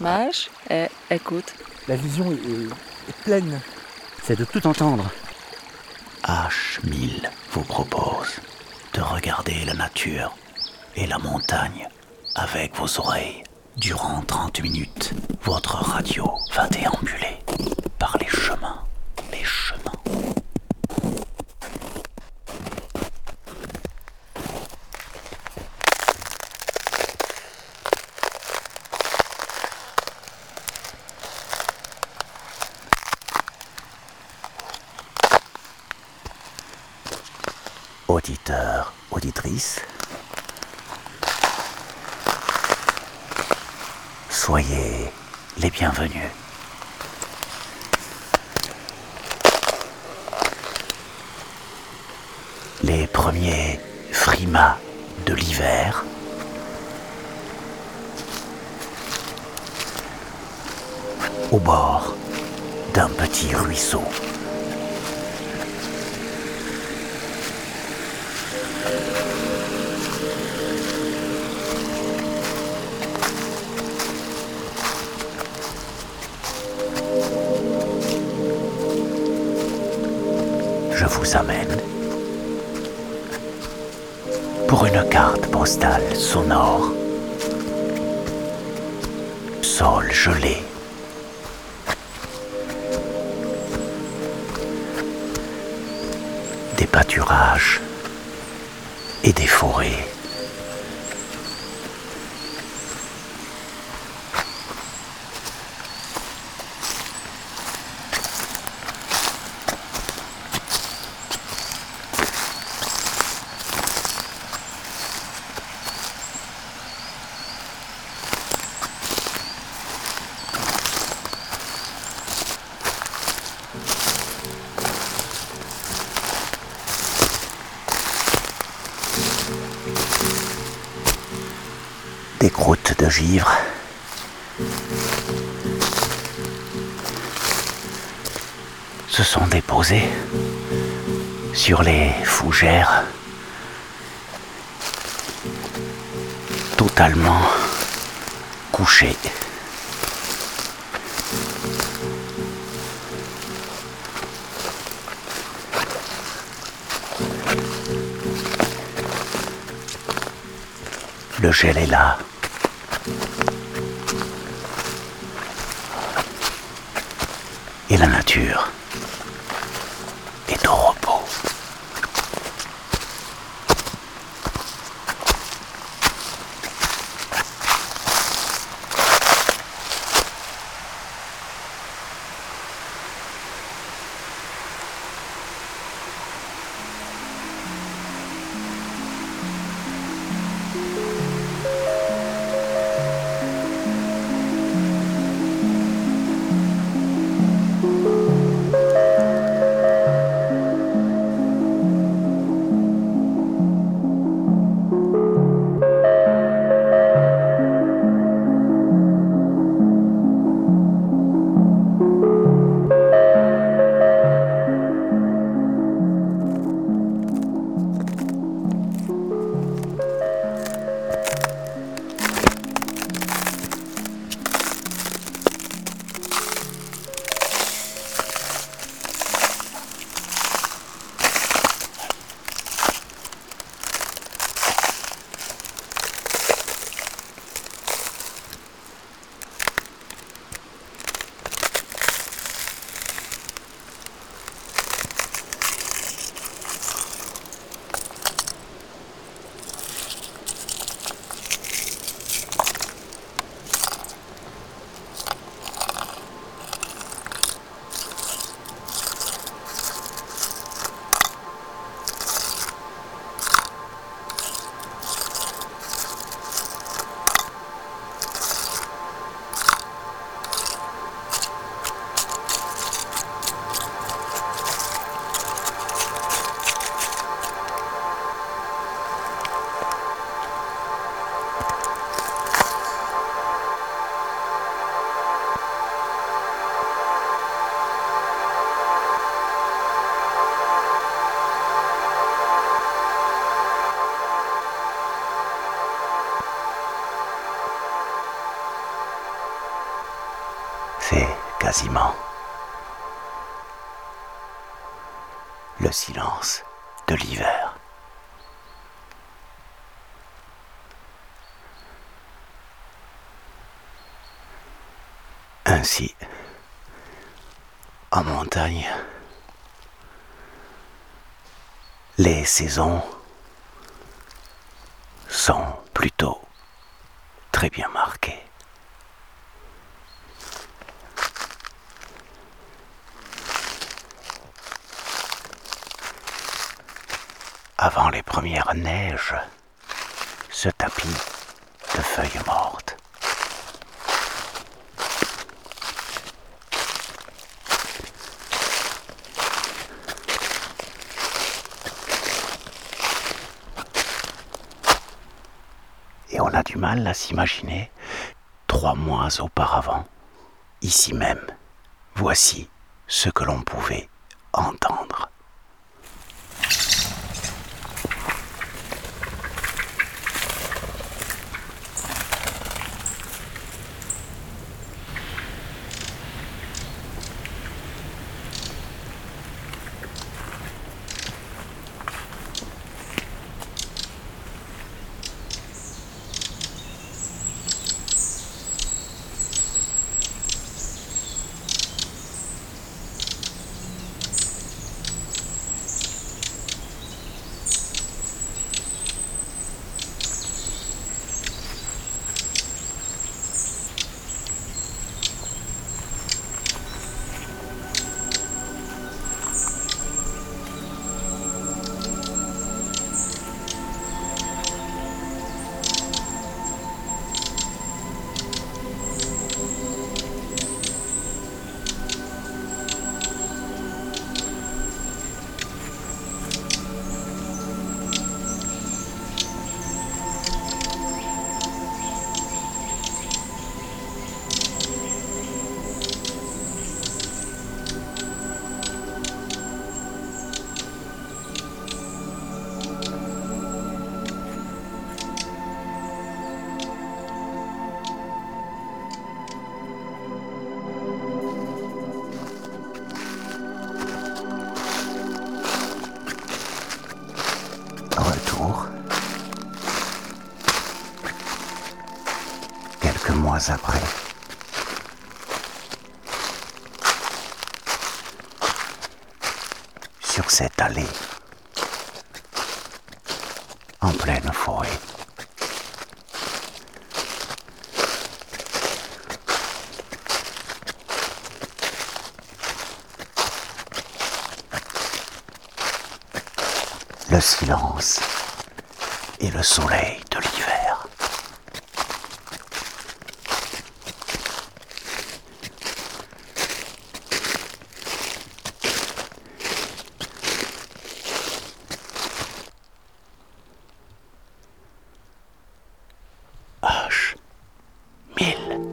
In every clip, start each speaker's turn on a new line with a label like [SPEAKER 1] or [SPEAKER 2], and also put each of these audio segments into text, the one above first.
[SPEAKER 1] Mâche et écoute.
[SPEAKER 2] La vision est pleine.
[SPEAKER 3] C'est de tout entendre.
[SPEAKER 4] H1000 vous propose de regarder la nature et la montagne avec vos oreilles. Durant 30 minutes, votre radio va déambuler par les chemins. Auditeurs, auditrices, soyez les bienvenus. Les premiers frimas de l'hiver au bord d'un petit ruisseau. Je vous amène pour une carte postale sonore. Sol gelé, des pâturages et des forêts. Des croûtes de givre, se sont déposées sur les fougères, totalement couchées. Le gel est là. Et la nature est au repos. C'est quasiment le silence de l'hiver. Ainsi, en montagne, les saisons sont plutôt très bien marquées. Avant les premières neiges, ce tapis de feuilles mortes. Et on a du mal à s'imaginer 3 mois auparavant, ici même, voici ce que l'on pouvait entendre. Retour. Quelques mois après. Sur cette allée. En pleine forêt. Le silence et le soleil de l'hiver. H1000.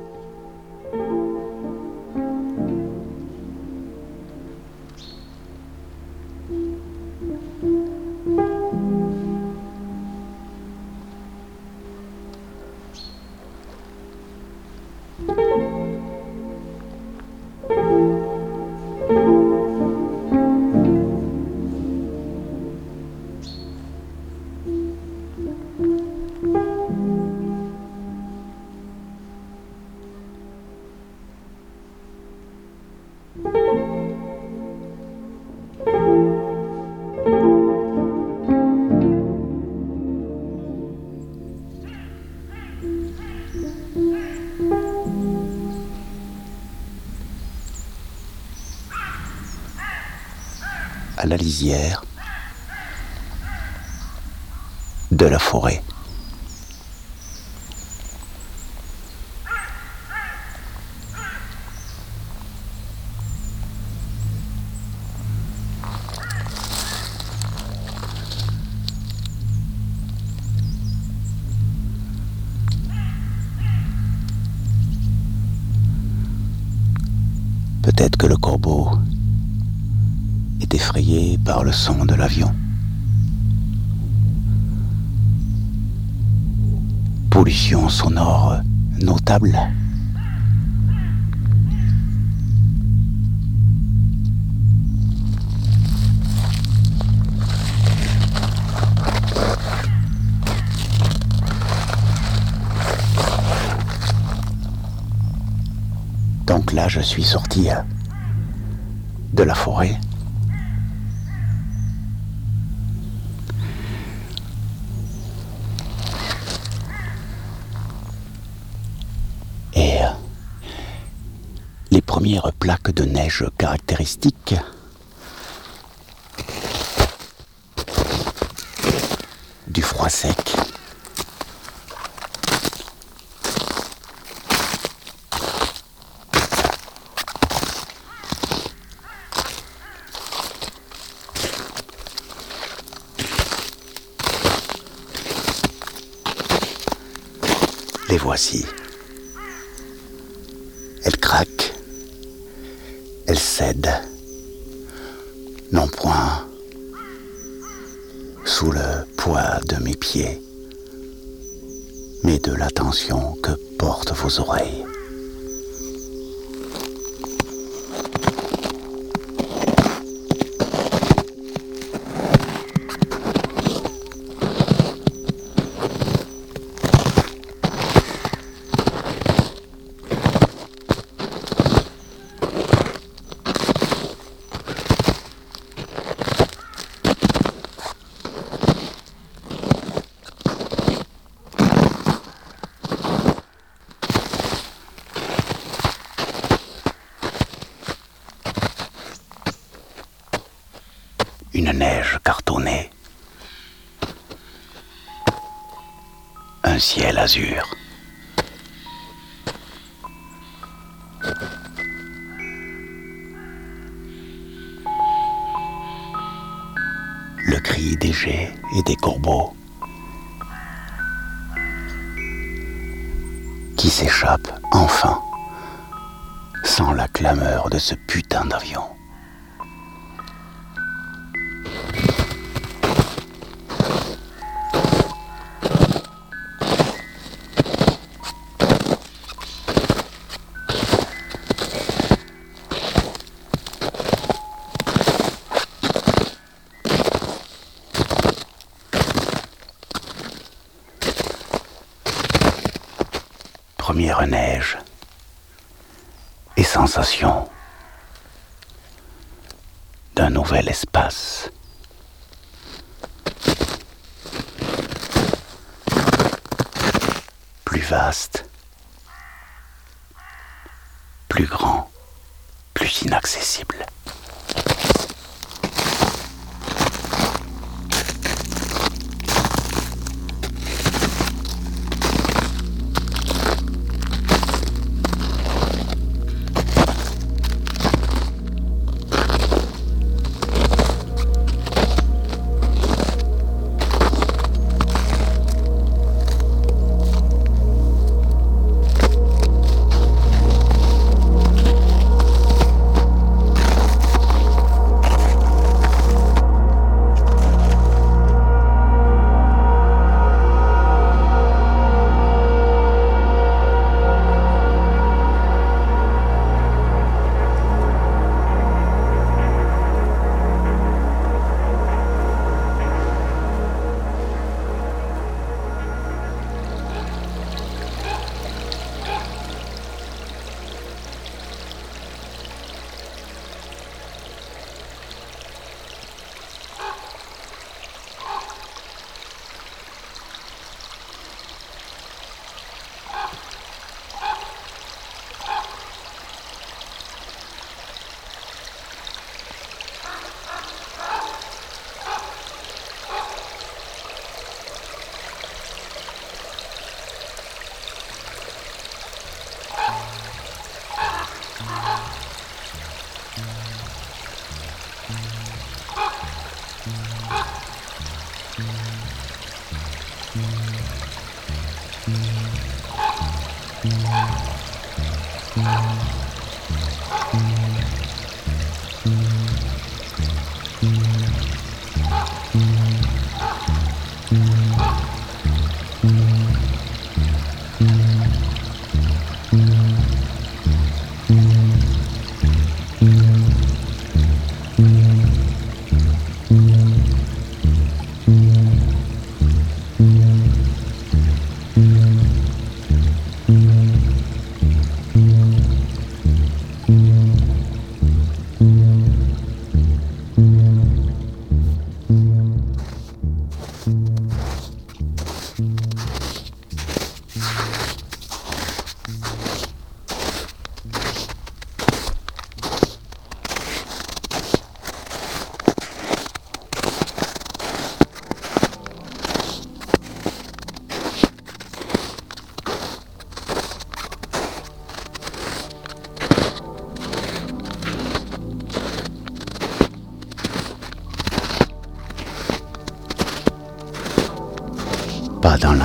[SPEAKER 4] À la lisière de la forêt. Peut-être que le corbeau est effrayé par le son de l'avion. Pollution sonore notable. Donc là, je suis sorti de la forêt. Et les premières plaques de neige caractéristiques du froid sec les voici. Elles craquent, elles cèdent, non point sous le poids de mes pieds, mais de l'attention que portent vos oreilles. Une neige cartonnée, un ciel azur. Le cri des geais et des corbeaux qui s'échappent enfin sans la clameur de ce putain d'avion. Première neige et sensation d'un nouvel espace. Plus vaste, plus grand, plus inaccessible.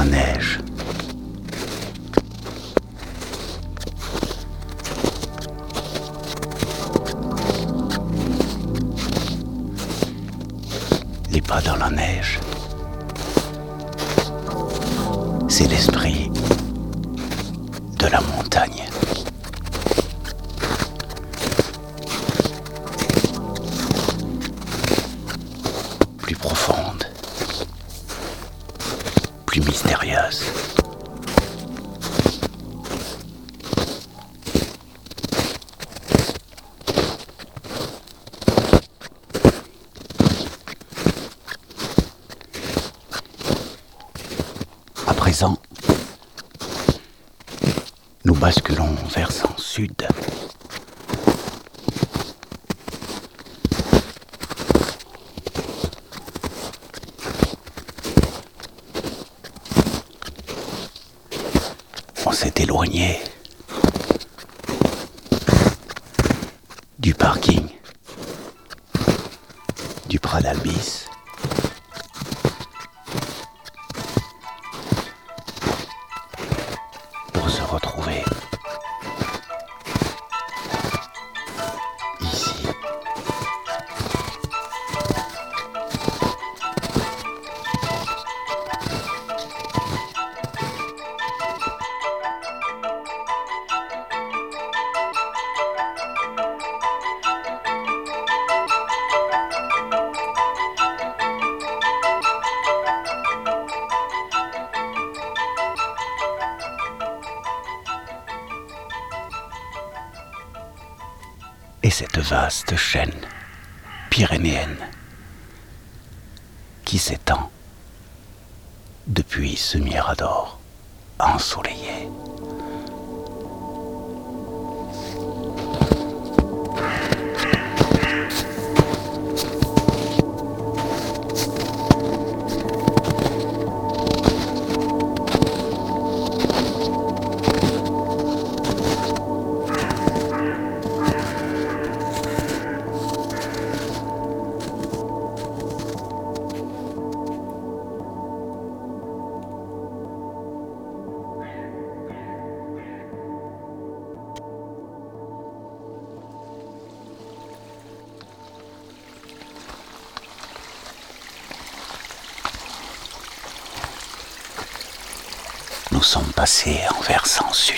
[SPEAKER 4] la neige. Les pas dans la neige, c'est l'esprit de la montagne. Plus profonde, plus mystérieuse. À présent, nous basculons versant sud. On s'est éloigné du parking du Prat d'Albis. Pour se retrouver ici. Et cette vaste chaîne pyrénéenne qui s'étend depuis ce Mirador ensoleillé. Nous sommes passés en versant sud.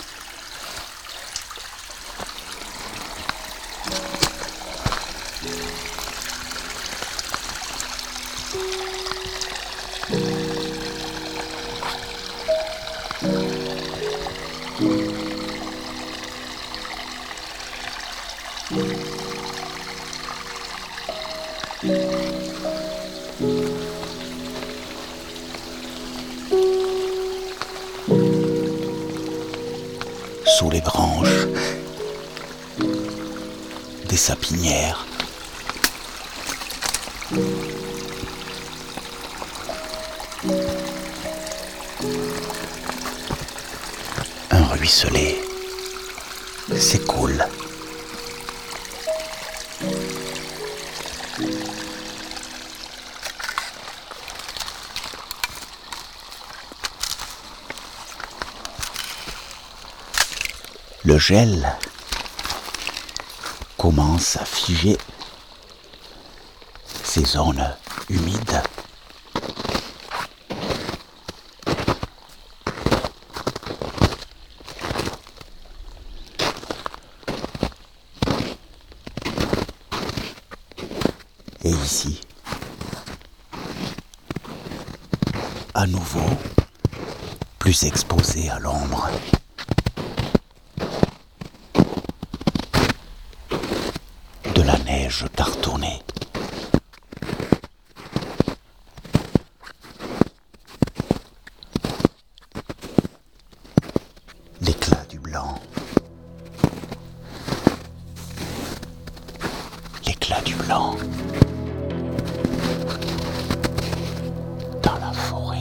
[SPEAKER 4] Sous les branches des sapinières, un ruisselet s'écoule. Le gel commence à figer ces zones humides. Et ici, à nouveau, plus exposé à l'ombre. De la neige tartonnée. L'éclat du blanc. L'éclat du blanc. Dans la forêt.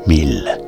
[SPEAKER 4] 1000.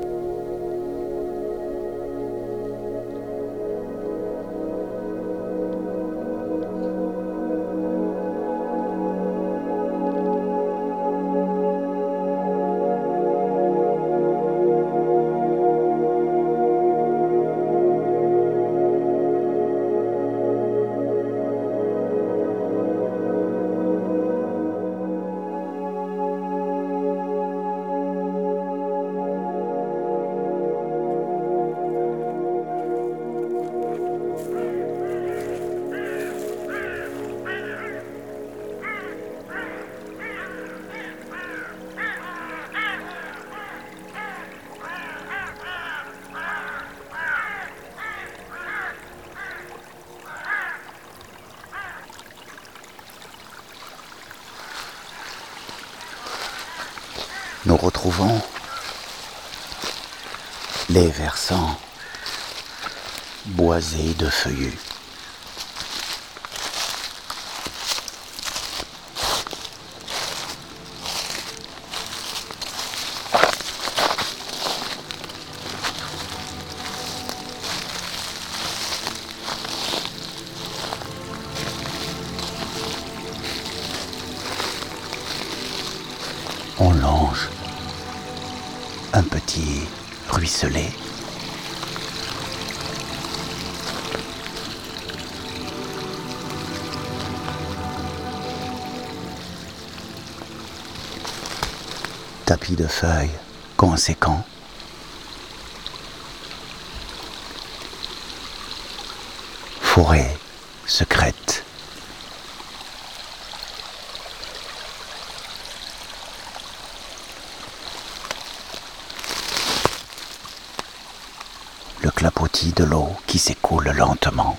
[SPEAKER 4] Nous retrouvons les versants boisés de feuillus. On longe un petit ruisselet. Tapis de feuilles conséquents. Forêt secrète. Le clapotis de l'eau qui s'écoule lentement.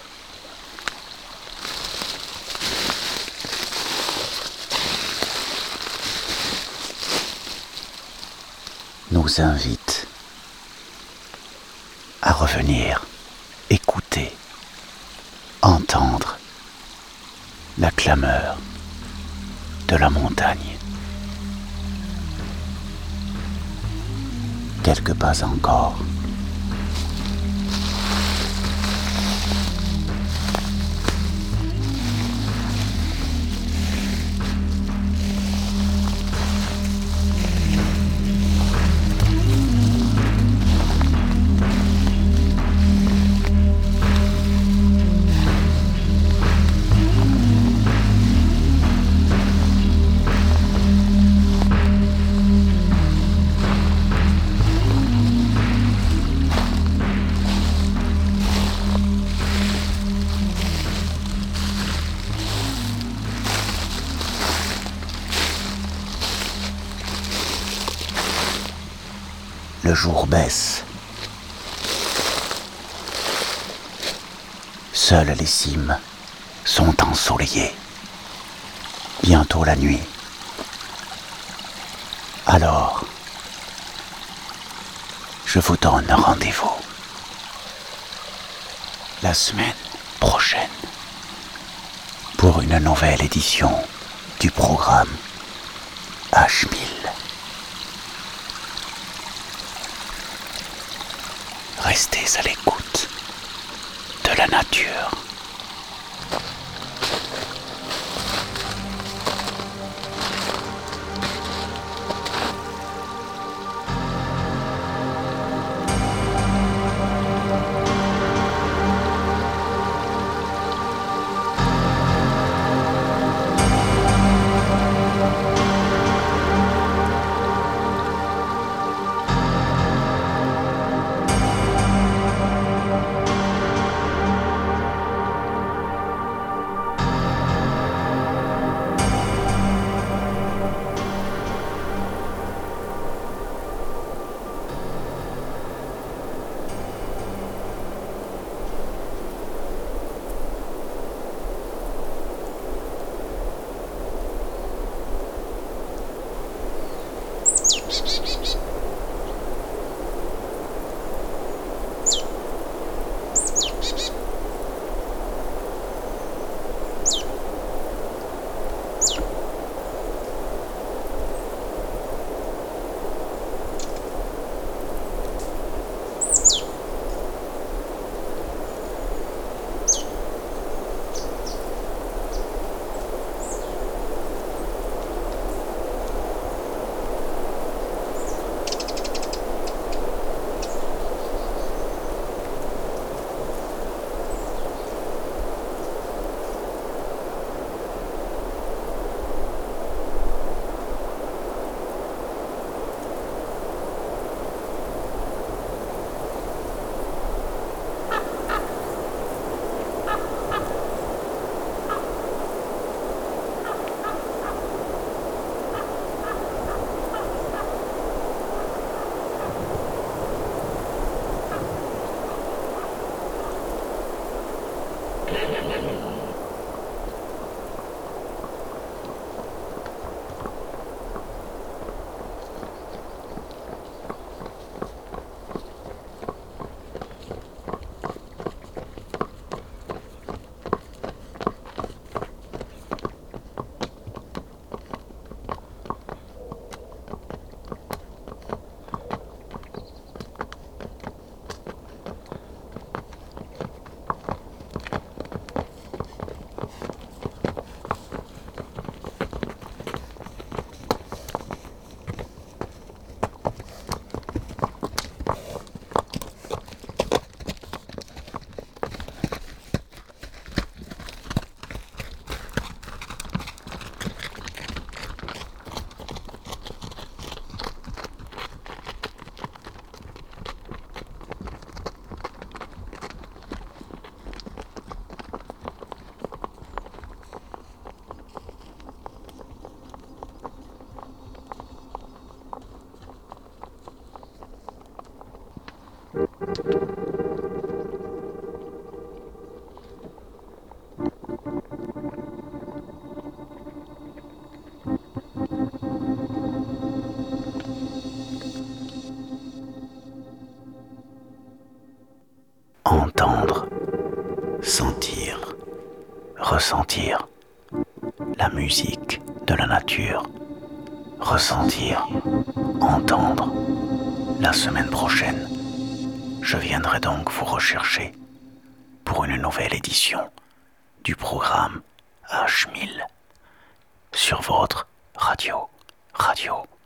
[SPEAKER 4] Nous invite à revenir écouter, entendre la clameur de la montagne. Quelques pas encore. Le jour baisse. Seules les cimes sont ensoleillées. Bientôt la nuit. Alors, je vous donne rendez-vous la semaine prochaine pour une nouvelle édition du programme H1000. Restez à l'écoute de la nature. ressentir la musique de la nature, ressentir, entendre. La semaine prochaine, je viendrai donc vous rechercher pour une nouvelle édition du programme H1000 sur votre radio